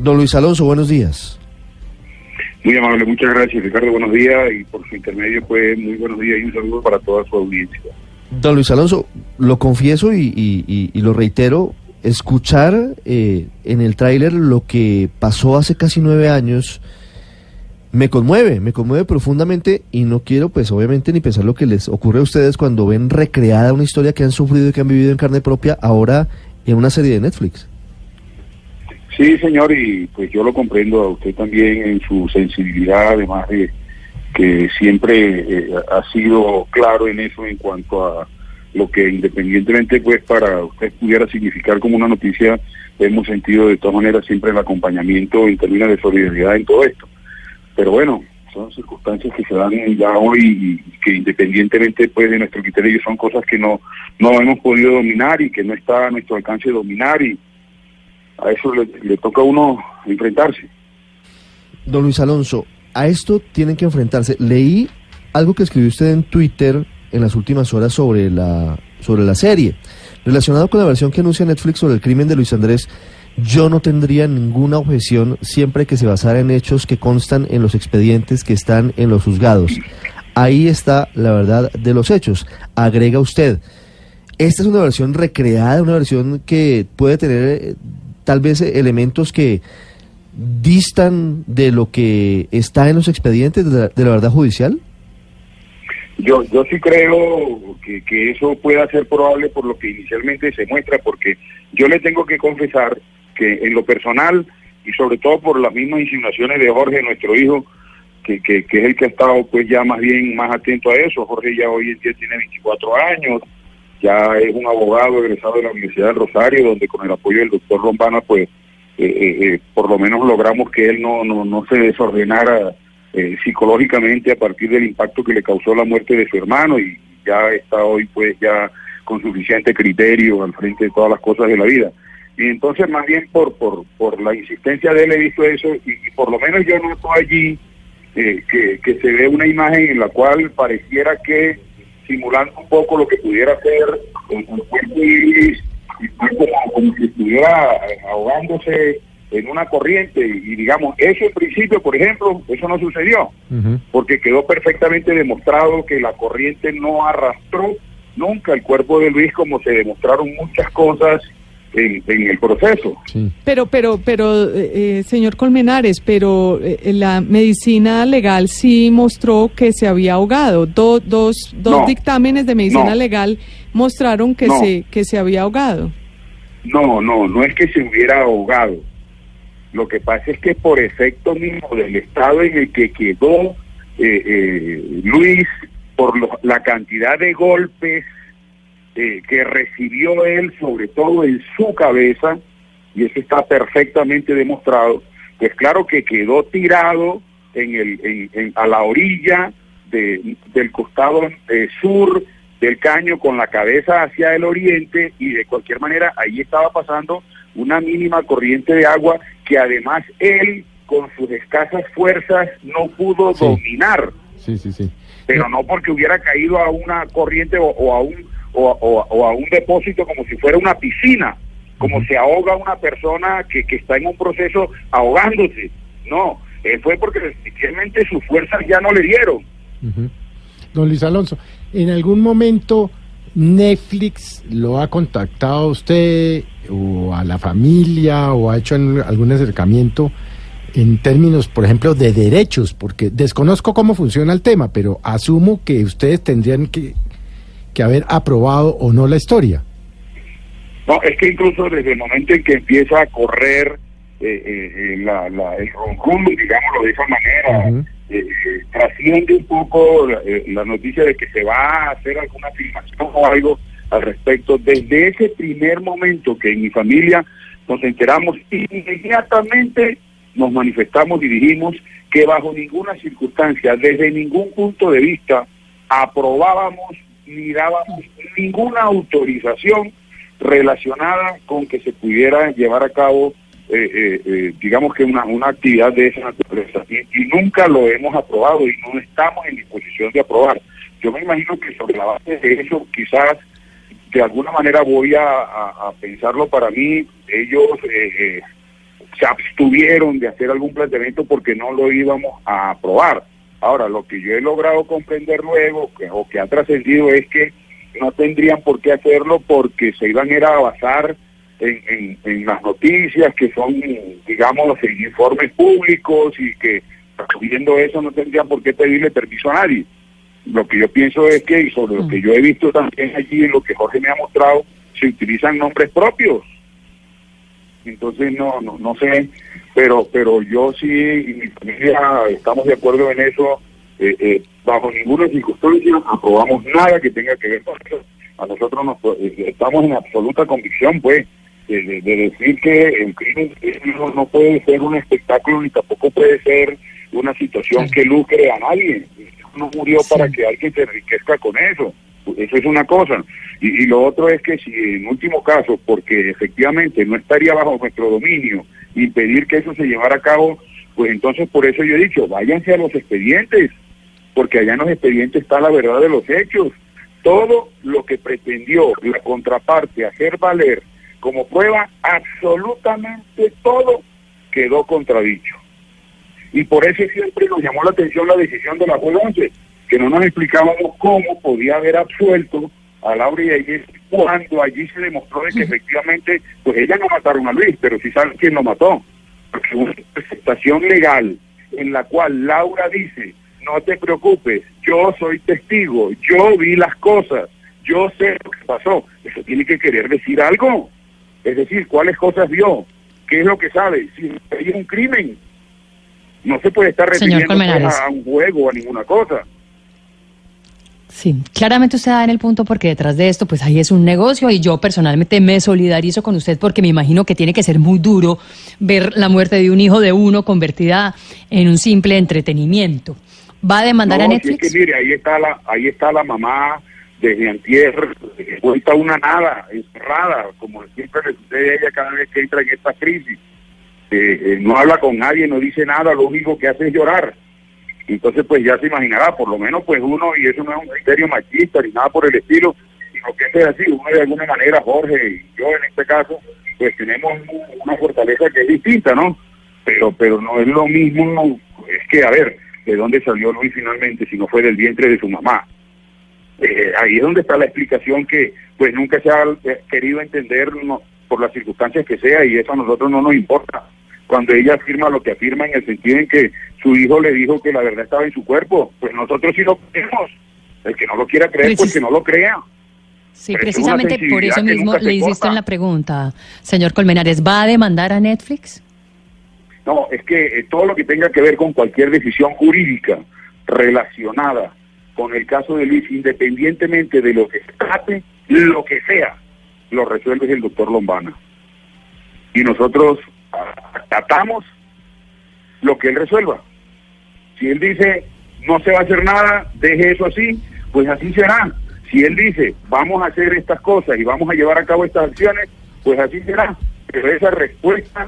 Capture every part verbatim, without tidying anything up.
Don Luis Alonso, buenos días. Muy amable, muchas gracias, Ricardo, buenos días, y por su intermedio, pues, muy buenos días y un saludo para toda su audiencia. Don Luis Alonso, lo confieso y, y, y, y lo reitero, escuchar eh, en el tráiler lo que pasó hace casi nueve años me conmueve, me conmueve profundamente, y no quiero, pues, obviamente, ni pensar lo que les ocurre a ustedes cuando ven recreada una historia que han sufrido y que han vivido en carne propia ahora en una serie de Netflix. Sí, señor, y pues yo lo comprendo a usted también en su sensibilidad, además de que siempre eh, ha sido claro en eso en cuanto a lo que independientemente pues para usted pudiera significar como una noticia, hemos sentido de todas maneras siempre el acompañamiento en términos de solidaridad en todo esto. Pero bueno, son circunstancias que se dan ya hoy y que independientemente pues de nuestro criterio son cosas que no, no hemos podido dominar y que no está a nuestro alcance dominar, y a eso le, le toca a uno enfrentarse. Don Luis Alonso, a esto tienen que enfrentarse. Leí algo que escribió usted en Twitter en las últimas horas sobre la, sobre la serie. Relacionado con la versión que anuncia Netflix sobre el crimen de Luis Andrés, yo no tendría ninguna objeción siempre que se basara en hechos que constan en los expedientes que están en los juzgados. Ahí está la verdad de los hechos, agrega usted. Esta es una versión recreada, una versión que puede tener tal vez elementos que distan de lo que está en los expedientes de la, de la verdad judicial. Yo yo sí creo que, que eso pueda ser probable por lo que inicialmente se muestra, porque yo le tengo que confesar que en lo personal, y sobre todo por las mismas insinuaciones de Jorge, nuestro hijo, que, que, que es el que ha estado pues ya más bien más atento a eso. Jorge ya hoy en día tiene veinticuatro años, ya es un abogado egresado de la Universidad del Rosario, donde con el apoyo del doctor Lombana, pues, eh, eh, eh, por lo menos logramos que él no, no, no se desordenara eh, psicológicamente a partir del impacto que le causó la muerte de su hermano, y ya está hoy, pues, ya con suficiente criterio al frente de todas las cosas de la vida. Y entonces, más bien, por por por la insistencia de él he visto eso, y, y por lo menos yo noto allí eh, que, que se ve una imagen en la cual pareciera que, simulando un poco lo que pudiera ser el cuerpo de Iris, y fue como, como si estuviera ahogándose en una corriente, y, y digamos, eso en principio, por ejemplo, eso no sucedió, uh-huh. porque quedó perfectamente demostrado que la corriente no arrastró nunca el cuerpo de Luis, como se demostraron muchas cosas en, en el proceso. Sí. Pero, pero, pero, eh, señor Colmenares, pero eh, la medicina legal sí mostró que se había ahogado. Do, dos dos no, dictámenes de medicina no, legal mostraron que, no, se, que se había ahogado. No, no, no es que se hubiera ahogado. Lo que pasa es que por efecto mismo del estado en el que quedó eh, eh, Luis, por lo, la cantidad de golpes eh, que recibió él, sobre todo en su cabeza, y eso está perfectamente demostrado, pues claro que quedó tirado en el en, en, a la orilla de, del costado eh, sur del caño, con la cabeza hacia el oriente, y de cualquier manera ahí estaba pasando una mínima corriente de agua que además él, con sus escasas fuerzas, no pudo sí. dominar. Sí, sí, sí. Pero no porque hubiera caído a una corriente o, o a un o, o, o a un depósito como si fuera una piscina, como uh-huh. se ahoga una persona que, que está en un proceso ahogándose. No, él fue porque efectivamente sus fuerzas ya no le dieron. Uh-huh. Don Luis Alonso, ¿en algún momento Netflix lo ha contactado a usted o a la familia o ha hecho algún acercamiento en términos, por ejemplo, de derechos? Porque desconozco cómo funciona el tema, pero asumo que ustedes tendrían que, que haber aprobado o no la historia. No, es que incluso desde el momento en que empieza a correr eh, eh, la, la, el ronrum, digámoslo de esa manera, uh-huh. eh, eh, trasciende un poco la, eh, la noticia de que se va a hacer alguna filmación o algo al respecto. Desde ese primer momento que en mi familia nos enteramos, inmediatamente nos manifestamos y dijimos que bajo ninguna circunstancia, desde ningún punto de vista, aprobábamos ni dábamos ninguna autorización relacionada con que se pudiera llevar a cabo, eh, eh, eh, digamos que una, una actividad de esa naturaleza. Y, y nunca lo hemos aprobado y no estamos en disposición de aprobar. Yo me imagino que sobre la base de eso, quizás, de alguna manera voy a, a, a pensarlo para mí, ellos... Eh, eh, se abstuvieron de hacer algún planteamiento porque no lo íbamos a aprobar. Ahora, lo que yo he logrado comprender luego, que, o que ha trascendido, es que no tendrían por qué hacerlo porque se iban a ir a basar en, en, en las noticias, que son, digamos, en informes públicos, y que viendo eso no tendrían por qué pedirle permiso a nadie. Lo que yo pienso es que, y sobre lo que yo he visto también allí, en lo que Jorge me ha mostrado, se utilizan nombres propios. Entonces no no no sé, pero pero yo sí y mi familia estamos de acuerdo en eso. Eh, eh, bajo ninguna circunstancia aprobamos nada que tenga que ver con eso. A nosotros nos eh, estamos en absoluta convicción, pues, de, de, de decir que el crimen no, no puede ser un espectáculo ni tampoco puede ser una situación sí. que lucre a nadie. No murió sí. para que alguien se enriquezca con eso. Eso es una cosa. Y, y lo otro es que si en último caso, porque efectivamente no estaría bajo nuestro dominio impedir que eso se llevara a cabo, pues entonces por eso yo he dicho, váyanse a los expedientes, porque allá en los expedientes está la verdad de los hechos. Todo lo que pretendió la contraparte hacer valer como prueba, absolutamente todo quedó contradicho. Y por eso siempre nos llamó la atención la decisión de la juez once, que no nos explicábamos cómo podía haber absuelto a Laura y a Jessy cuando allí se demostró de que efectivamente, pues ellas no mataron a Luis, pero sí saben quién lo mató. Porque una presentación legal en la cual Laura dice, no te preocupes, yo soy testigo, yo vi las cosas, yo sé lo que pasó. Eso tiene que querer decir algo. Es decir, ¿cuáles cosas vio? ¿Qué es lo que sabe? Si hay un crimen, no se puede estar refiriendo a un juego o a ninguna cosa. Sí, claramente usted da en el punto porque detrás de esto pues ahí es un negocio y yo personalmente me solidarizo con usted porque me imagino que tiene que ser muy duro ver la muerte de un hijo de uno convertida en un simple entretenimiento. ¿Va a demandar no, a Netflix? Si es que, mire, ahí está la, ahí está la mamá desde antier, que cuenta una nada, encerrada, como siempre le sucede a ella cada vez que entra en esta crisis. Eh, eh, no habla con nadie, no dice nada, lo único que hace es llorar. Entonces pues ya se imaginará, por lo menos pues uno, y eso no es un criterio machista ni nada por el estilo, sino que es así, uno de alguna manera, Jorge y yo en este caso, pues tenemos una fortaleza que es distinta, ¿no? Pero pero no es lo mismo, es que a ver, ¿de dónde salió Luis finalmente si no fue del vientre de su mamá? Eh, ahí es donde está la explicación que pues nunca se ha querido entender, no, por las circunstancias que sea, y eso a nosotros no nos importa. Cuando ella afirma lo que afirma en el sentido en que su hijo le dijo que la verdad estaba en su cuerpo, pues nosotros sí lo creemos. El que no lo quiera creer, pues que no lo crea. Sí, pero precisamente por eso mismo le insisto en la pregunta, señor Colmenares, ¿va a demandar a Netflix? No, es que eh, todo lo que tenga que ver con cualquier decisión jurídica relacionada con el caso de Luis, independientemente de lo que se trate, lo que sea, lo resuelve el doctor Lombana. Y nosotros acatamos lo que él resuelva. Si él dice no se va a hacer nada, deje eso así, pues así será. Si él dice vamos a hacer estas cosas y vamos a llevar a cabo estas acciones, pues así será. Pero esa respuesta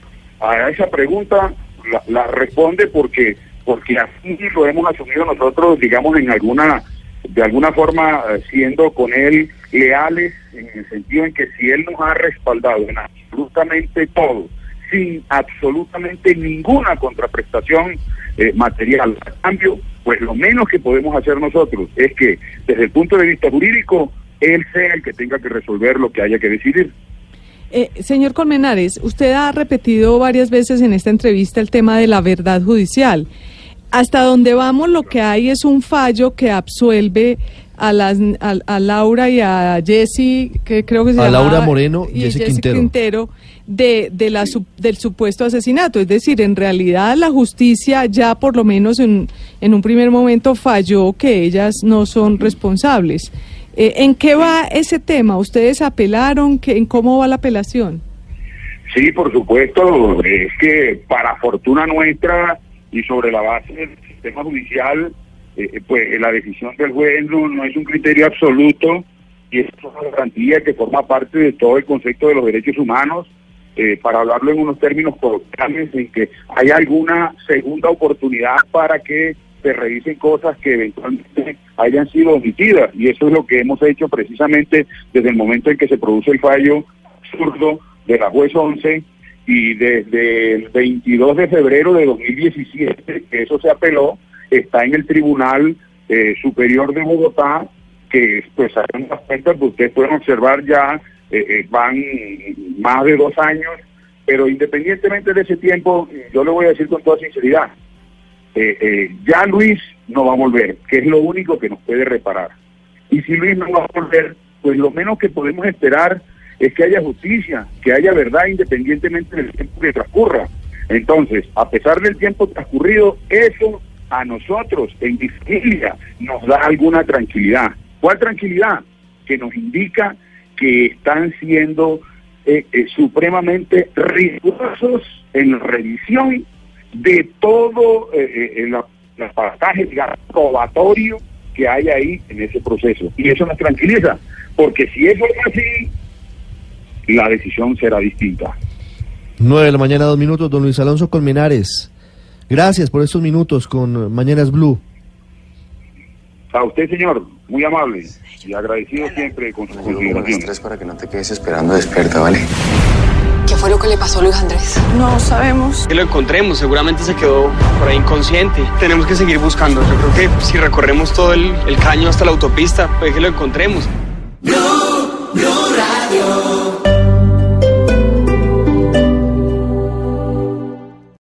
a esa pregunta la, la responde porque porque así lo hemos asumido nosotros, digamos, en alguna de alguna forma siendo con él leales, en el sentido en que si él nos ha respaldado en absolutamente todo, sin absolutamente ninguna contraprestación eh, material a cambio, pues lo menos que podemos hacer nosotros es que desde el punto de vista jurídico él sea el que tenga que resolver lo que haya que decidir. Eh, señor Colmenares, usted ha repetido varias veces en esta entrevista el tema de la verdad judicial. Hasta donde vamos, lo que hay es un fallo que absuelve a las a, a Laura y a Jessy, que creo que se llama... A Laura Moreno y Jessy Quintero, Quintero de, de la, sí. del supuesto asesinato. Es decir, en realidad la justicia ya por lo menos en, en un primer momento falló que ellas no son responsables. Eh, ¿En qué va ese tema? ¿Ustedes apelaron? ¿Qué, ¿En cómo va la apelación? Sí, por supuesto. Es que para fortuna nuestra y sobre la base del sistema judicial, eh, pues la decisión del juez no, no es un criterio absoluto y es una garantía que forma parte de todo el concepto de los derechos humanos, eh, para hablarlo en unos términos coloquiales, en que hay alguna segunda oportunidad para que se revisen cosas que eventualmente hayan sido omitidas, y eso es lo que hemos hecho precisamente desde el momento en que se produce el fallo absurdo de la juez once, y desde el veintidós de febrero de dos mil diecisiete, que eso se apeló, está en el Tribunal eh, Superior de Bogotá, que pues hacen las cuentas que ustedes pueden observar ya, eh, eh, van más de dos años, pero independientemente de ese tiempo, yo le voy a decir con toda sinceridad, eh, eh, ya Luis no va a volver, que es lo único que nos puede reparar. Y si Luis no va a volver, pues lo menos que podemos esperar es que haya justicia, que haya verdad independientemente del tiempo que transcurra. Entonces, a pesar del tiempo transcurrido, eso a nosotros, en mi familia, nos da alguna tranquilidad. ¿Cuál tranquilidad? Que nos indica que están siendo eh, eh, supremamente rigurosos en la revisión de todo eh, eh, la, la pasaje, digamos, probatorio que hay ahí en ese proceso. Y eso nos tranquiliza, porque si eso es así, la decisión será distinta. Nueve de la mañana, dos minutos. Don Luis Alonso Colmenares, gracias por estos minutos con Mañanas Blue. A usted, señor, muy amable y agradecido siempre con su consideración. Para que no te quedes esperando despierta, ¿vale? ¿Qué fue lo que le pasó a Luis Andrés? No sabemos. Que lo encontremos, seguramente se quedó por ahí inconsciente. Tenemos que seguir buscando. Yo creo que si recorremos todo el, el caño hasta la autopista, pues que lo encontremos. Blue, Blue Radio.